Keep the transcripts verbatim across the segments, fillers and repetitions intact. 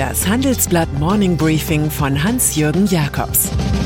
Das Handelsblatt Morning Briefing von Hans-Jürgen Jakobs.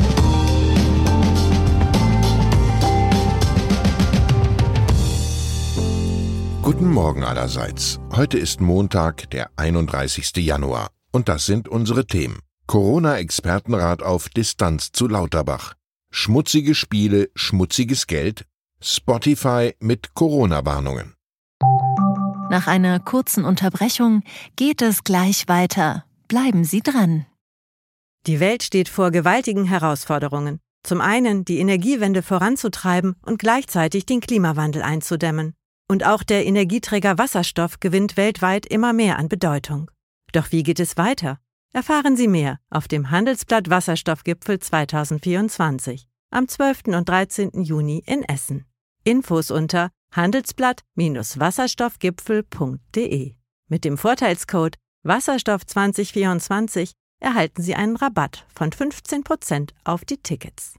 Guten Morgen allerseits. Heute ist Montag, der einunddreißigsten Januar. Und das sind unsere Themen. Corona-Expertenrat auf Distanz zu Lauterbach. Schmutzige Spiele, schmutziges Geld. Spotify mit Corona-Warnungen. Nach einer kurzen Unterbrechung geht es gleich weiter. Bleiben Sie dran. Die Welt steht vor gewaltigen Herausforderungen. Zum einen die Energiewende voranzutreiben und gleichzeitig den Klimawandel einzudämmen. Und auch der Energieträger Wasserstoff gewinnt weltweit immer mehr an Bedeutung. Doch wie geht es weiter? Erfahren Sie mehr auf dem Handelsblatt Wasserstoffgipfel zweitausendvierundzwanzig am zwölften und dreizehnten Juni in Essen. Infos unter handelsblatt Bindestrich wasserstoffgipfel punkt de. Mit dem Vorteilscode Wasserstoff zwanzig vierundzwanzig erhalten Sie einen Rabatt von fünfzehn Prozent auf die Tickets.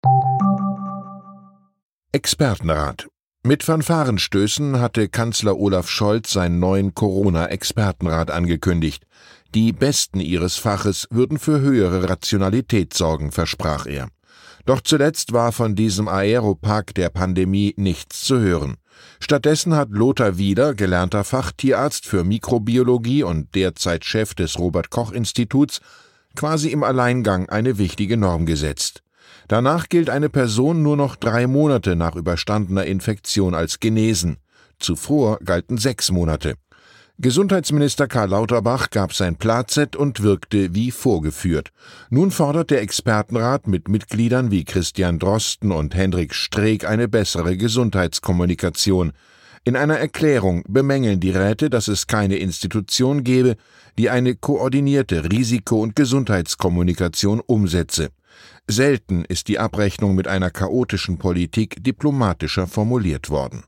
Expertenrat. Mit Fanfarenstößen hatte Kanzler Olaf Scholz seinen neuen Corona-Expertenrat angekündigt. Die Besten ihres Faches würden für höhere Rationalität sorgen, versprach er. Doch zuletzt war von diesem Aeropark der Pandemie nichts zu hören. Stattdessen hat Lothar Wieder, gelernter Fachtierarzt für Mikrobiologie und derzeit Chef des Robert-Koch-Instituts, quasi im Alleingang eine wichtige Norm gesetzt. Danach gilt eine Person nur noch drei Monate nach überstandener Infektion als genesen. Zuvor galten sechs Monate. Gesundheitsminister Karl Lauterbach gab sein Plazett und wirkte wie vorgeführt. Nun fordert der Expertenrat mit Mitgliedern wie Christian Drosten und Hendrik Streeck eine bessere Gesundheitskommunikation. In einer Erklärung bemängeln die Räte, dass es keine Institution gebe, die eine koordinierte Risiko- und Gesundheitskommunikation umsetze. Selten ist die Abrechnung mit einer chaotischen Politik diplomatischer formuliert worden.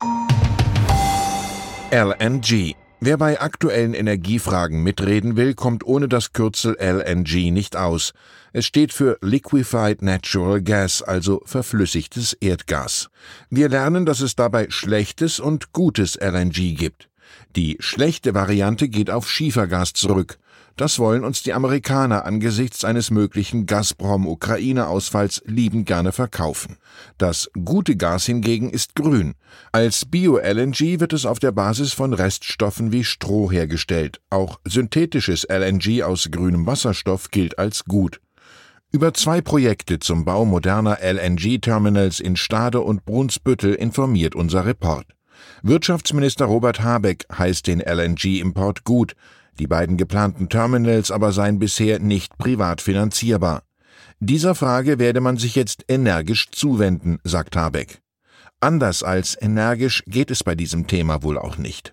L N G. Wer bei aktuellen Energiefragen mitreden will, kommt ohne das Kürzel L N G nicht aus. Es steht für Liquefied Natural Gas, also verflüssigtes Erdgas. Wir lernen, dass es dabei schlechtes und gutes L N G gibt. Die schlechte Variante geht auf Schiefergas zurück. Das wollen uns die Amerikaner angesichts eines möglichen Gazprom-Ukraine-Ausfalls liebend gerne verkaufen. Das gute Gas hingegen ist grün. Als Bio-L N G wird es auf der Basis von Reststoffen wie Stroh hergestellt. Auch synthetisches L N G aus grünem Wasserstoff gilt als gut. Über zwei Projekte zum Bau moderner L N G-Terminals in Stade und Brunsbüttel informiert unser Report. Wirtschaftsminister Robert Habeck heißt den L N G-Import gut. Die beiden geplanten Terminals aber seien bisher nicht privat finanzierbar. Dieser Frage werde man sich jetzt energisch zuwenden, sagt Habeck. Anders als energisch geht es bei diesem Thema wohl auch nicht.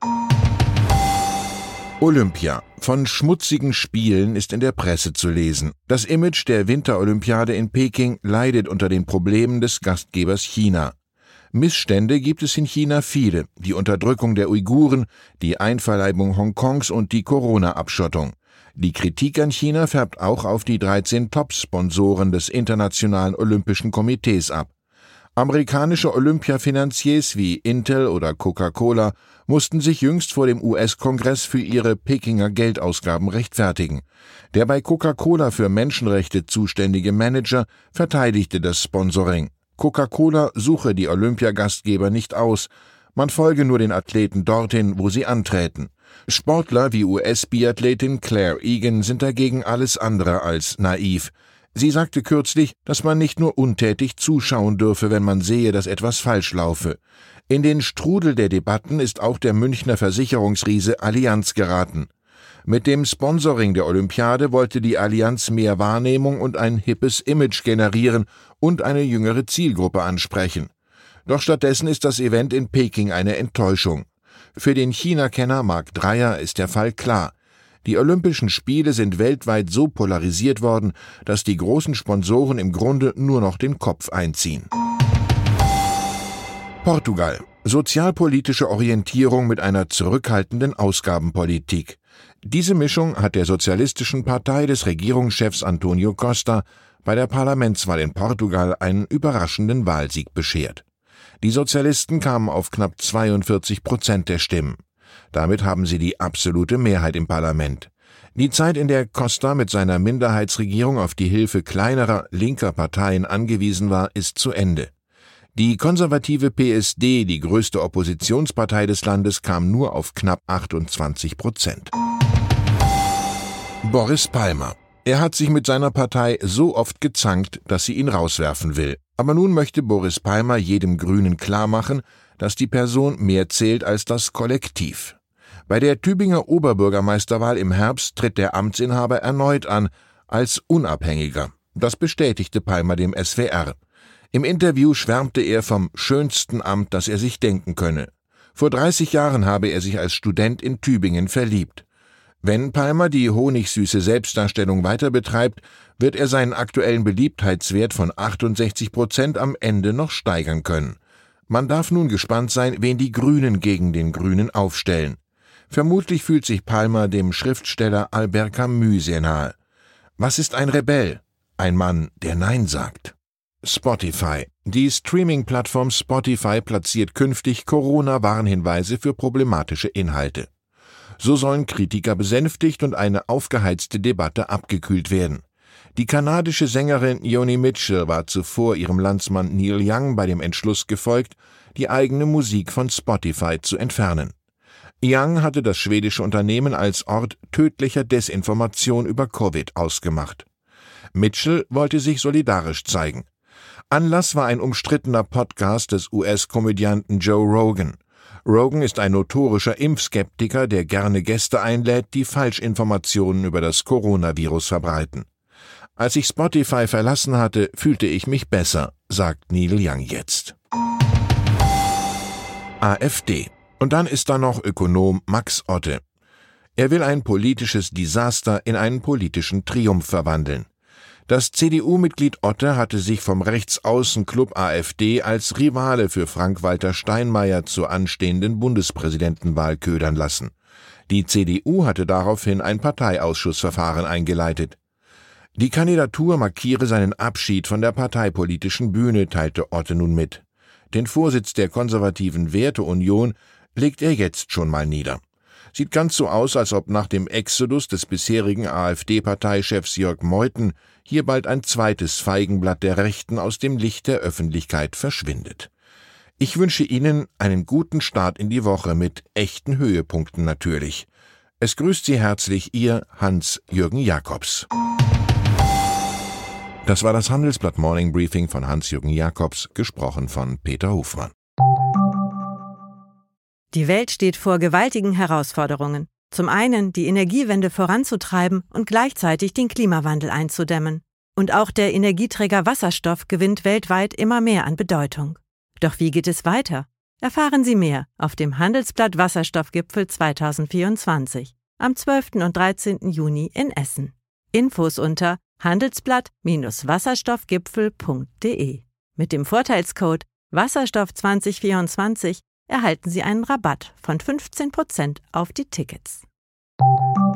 Olympia. Von schmutzigen Spielen ist in der Presse zu lesen. Das Image der Winterolympiade in Peking leidet unter den Problemen des Gastgebers China. Missstände gibt es in China viele, die Unterdrückung der Uiguren, die Einverleibung Hongkongs und die Corona-Abschottung. Die Kritik an China färbt auch auf die dreizehn Top-Sponsoren des Internationalen Olympischen Komitees ab. Amerikanische Olympiafinanziers wie Intel oder Coca-Cola mussten sich jüngst vor dem U S-Kongress für ihre Pekinger Geldausgaben rechtfertigen. Der bei Coca-Cola für Menschenrechte zuständige Manager verteidigte das Sponsoring. Coca-Cola suche die Olympiagastgeber nicht aus, man folge nur den Athleten dorthin, wo sie anträten. Sportler wie U S-Biathletin Claire Egan sind dagegen alles andere als naiv. Sie sagte kürzlich, dass man nicht nur untätig zuschauen dürfe, wenn man sehe, dass etwas falsch laufe. In den Strudel der Debatten ist auch der Münchner Versicherungsriese Allianz geraten. Mit dem Sponsoring der Olympiade wollte die Allianz mehr Wahrnehmung und ein hippes Image generieren und eine jüngere Zielgruppe ansprechen. Doch stattdessen ist das Event in Peking eine Enttäuschung. Für den China-Kenner Marc Dreyer ist der Fall klar. Die Olympischen Spiele sind weltweit so polarisiert worden, dass die großen Sponsoren im Grunde nur noch den Kopf einziehen. Portugal. Sozialpolitische Orientierung mit einer zurückhaltenden Ausgabenpolitik. Diese Mischung hat der Sozialistischen Partei des Regierungschefs António Costa bei der Parlamentswahl in Portugal einen überraschenden Wahlsieg beschert. Die Sozialisten kamen auf knapp zweiundvierzig Prozent der Stimmen. Damit haben sie die absolute Mehrheit im Parlament. Die Zeit, in der Costa mit seiner Minderheitsregierung auf die Hilfe kleinerer linker Parteien angewiesen war, ist zu Ende. Die konservative P S D, die größte Oppositionspartei des Landes, kam nur auf knapp achtundzwanzig Prozent. Boris Palmer. Er hat sich mit seiner Partei so oft gezankt, dass sie ihn rauswerfen will. Aber nun möchte Boris Palmer jedem Grünen klarmachen, dass die Person mehr zählt als das Kollektiv. Bei der Tübinger Oberbürgermeisterwahl im Herbst tritt der Amtsinhaber erneut an, als Unabhängiger. Das bestätigte Palmer dem S W R. Im Interview schwärmte er vom schönsten Amt, das er sich denken könne. Vor dreißig Jahren habe er sich als Student in Tübingen verliebt. Wenn Palmer die honigsüße Selbstdarstellung weiter betreibt, wird er seinen aktuellen Beliebtheitswert von achtundsechzig Prozent am Ende noch steigern können. Man darf nun gespannt sein, wen die Grünen gegen den Grünen aufstellen. Vermutlich fühlt sich Palmer dem Schriftsteller Albert Camus sehr nahe. Was ist ein Rebell? Ein Mann, der Nein sagt. Spotify. Die Streaming-Plattform Spotify platziert künftig Corona-Warnhinweise für problematische Inhalte. So sollen Kritiker besänftigt und eine aufgeheizte Debatte abgekühlt werden. Die kanadische Sängerin Joni Mitchell war zuvor ihrem Landsmann Neil Young bei dem Entschluss gefolgt, die eigene Musik von Spotify zu entfernen. Young hatte das schwedische Unternehmen als Ort tödlicher Desinformation über Covid ausgemacht. Mitchell wollte sich solidarisch zeigen. Anlass war ein umstrittener Podcast des U S-Komödianten Joe Rogan. Rogan ist ein notorischer Impfskeptiker, der gerne Gäste einlädt, die Falschinformationen über das Coronavirus verbreiten. Als ich Spotify verlassen hatte, fühlte ich mich besser, sagt Neil Young jetzt. AfD. Und dann ist da noch Ökonom Max Otte. Er will ein politisches Desaster in einen politischen Triumph verwandeln. Das C D U-Mitglied Otte hatte sich vom Rechtsaußenclub AfD als Rivale für Frank-Walter Steinmeier zur anstehenden Bundespräsidentenwahl ködern lassen. Die C D U hatte daraufhin ein Parteiausschussverfahren eingeleitet. Die Kandidatur markiere seinen Abschied von der parteipolitischen Bühne, teilte Otte nun mit. Den Vorsitz der konservativen Werteunion legt er jetzt schon mal nieder. Sieht ganz so aus, als ob nach dem Exodus des bisherigen AfD-Parteichefs Jörg Meuthen hier bald ein zweites Feigenblatt der Rechten aus dem Licht der Öffentlichkeit verschwindet. Ich wünsche Ihnen einen guten Start in die Woche mit echten Höhepunkten natürlich. Es grüßt Sie herzlich Ihr Hans-Jürgen Jakobs. Das war das Handelsblatt Morning Briefing von Hans-Jürgen Jakobs, gesprochen von Peter Hofmann. Die Welt steht vor gewaltigen Herausforderungen. Zum einen die Energiewende voranzutreiben und gleichzeitig den Klimawandel einzudämmen. Und auch der Energieträger Wasserstoff gewinnt weltweit immer mehr an Bedeutung. Doch wie geht es weiter? Erfahren Sie mehr auf dem Handelsblatt Wasserstoffgipfel zwanzig vierundzwanzig am zwölften und dreizehnten Juni in Essen. Infos unter handelsblatt Bindestrich wasserstoffgipfel punkt de. Mit dem Vorteilscode Wasserstoff zwanzig vierundzwanzig erhalten Sie einen Rabatt von fünfzehn Prozent auf die Tickets.